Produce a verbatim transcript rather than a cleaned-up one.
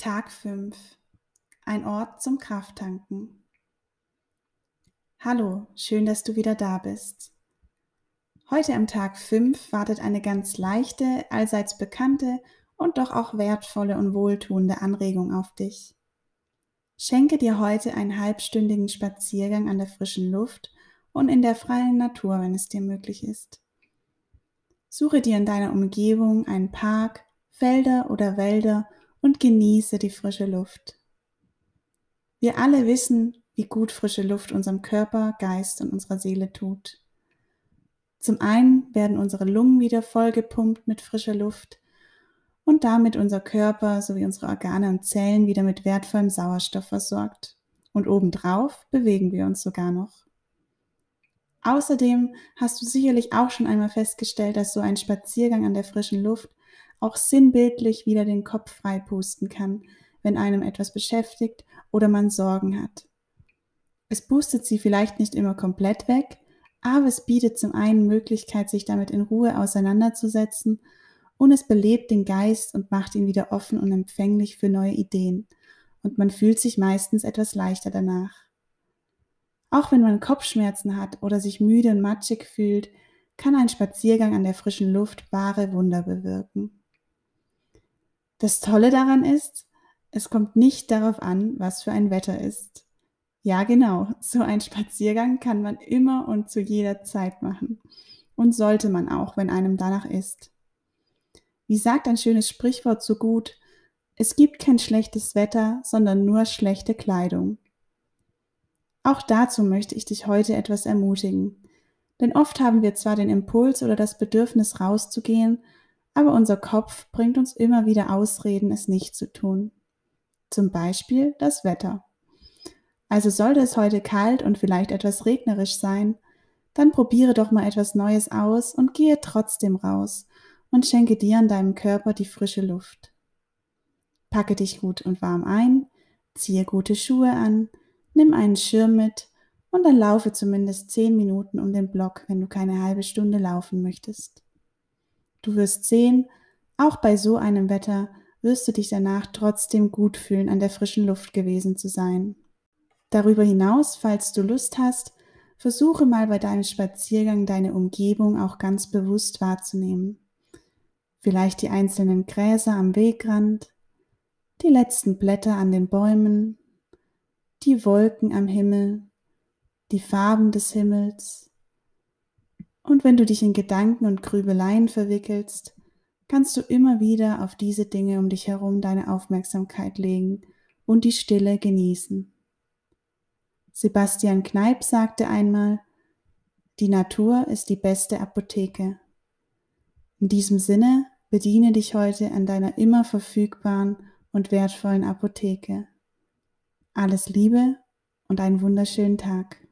Tag fünf. Ein Ort zum Krafttanken. Hallo, schön, dass du wieder da bist. Heute am Tag fünf wartet eine ganz leichte, allseits bekannte und doch auch wertvolle und wohltuende Anregung auf dich. Schenke dir heute einen halbstündigen Spaziergang an der frischen Luft und in der freien Natur, wenn es dir möglich ist. Suche dir in deiner Umgebung einen Park, Felder oder Wälder und genieße die frische Luft. Wir alle wissen, wie gut frische Luft unserem Körper, Geist und unserer Seele tut. Zum einen werden unsere Lungen wieder vollgepumpt mit frischer Luft und damit unser Körper sowie unsere Organe und Zellen wieder mit wertvollem Sauerstoff versorgt. Und obendrauf bewegen wir uns sogar noch. Außerdem hast du sicherlich auch schon einmal festgestellt, dass so ein Spaziergang an der frischen Luft auch sinnbildlich wieder den Kopf frei pusten kann, wenn einem etwas beschäftigt oder man Sorgen hat. Es boostet sie vielleicht nicht immer komplett weg, aber es bietet zum einen Möglichkeit, sich damit in Ruhe auseinanderzusetzen, und es belebt den Geist und macht ihn wieder offen und empfänglich für neue Ideen, und man fühlt sich meistens etwas leichter danach. Auch wenn man Kopfschmerzen hat oder sich müde und matschig fühlt, kann ein Spaziergang an der frischen Luft wahre Wunder bewirken. Das Tolle daran ist, es kommt nicht darauf an, was für ein Wetter ist. Ja, genau, so ein Spaziergang kann man immer und zu jeder Zeit machen. Und sollte man auch, wenn einem danach ist. Wie sagt ein schönes Sprichwort so gut: Es gibt kein schlechtes Wetter, sondern nur schlechte Kleidung. Auch dazu möchte ich dich heute etwas ermutigen. Denn oft haben wir zwar den Impuls oder das Bedürfnis rauszugehen, aber unser Kopf bringt uns immer wieder Ausreden, es nicht zu tun. Zum Beispiel das Wetter. Also sollte es heute kalt und vielleicht etwas regnerisch sein, dann probiere doch mal etwas Neues aus und gehe trotzdem raus und schenke dir und deinem Körper die frische Luft. Packe dich gut und warm ein, ziehe gute Schuhe an, nimm einen Schirm mit und dann laufe zumindest zehn Minuten um den Block, wenn du keine halbe Stunde laufen möchtest. Du wirst sehen, auch bei so einem Wetter wirst du dich danach trotzdem gut fühlen, an der frischen Luft gewesen zu sein. Darüber hinaus, falls du Lust hast, versuche mal bei deinem Spaziergang deine Umgebung auch ganz bewusst wahrzunehmen. Vielleicht die einzelnen Gräser am Wegrand, die letzten Blätter an den Bäumen, die Wolken am Himmel, die Farben des Himmels. Und wenn du dich in Gedanken und Grübeleien verwickelst, kannst du immer wieder auf diese Dinge um dich herum deine Aufmerksamkeit legen und die Stille genießen. Sebastian Kneipp sagte einmal: Die Natur ist die beste Apotheke. In diesem Sinne bediene dich heute an deiner immer verfügbaren und wertvollen Apotheke. Alles Liebe und einen wunderschönen Tag.